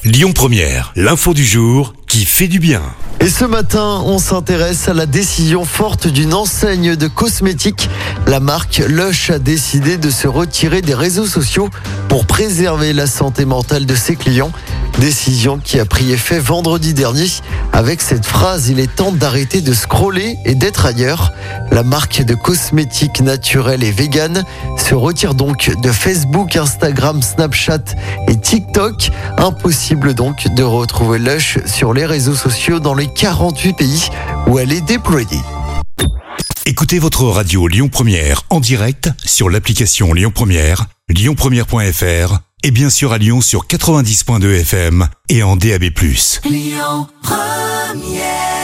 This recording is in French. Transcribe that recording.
Lyon Première, l'info du jour qui fait du bien. Et ce matin, on s'intéresse à la décision forte d'une enseigne de cosmétiques. La marque Lush a décidé de se retirer des réseaux sociaux pour préserver la santé mentale de ses clients. Décision qui a pris effet vendredi dernier avec cette phrase: il est temps d'arrêter de scroller et d'être ailleurs. La marque de cosmétiques naturels et vegan se retire donc de Facebook, Instagram, Snapchat et TikTok. Impossible donc de retrouver Lush sur les réseaux sociaux dans les 48 pays où elle est déployée. Écoutez votre radio Lyon Première en direct sur l'application Lyon Première, lyonpremière.fr et bien sûr à Lyon sur 90.2 FM et en DAB+. Lyon Première.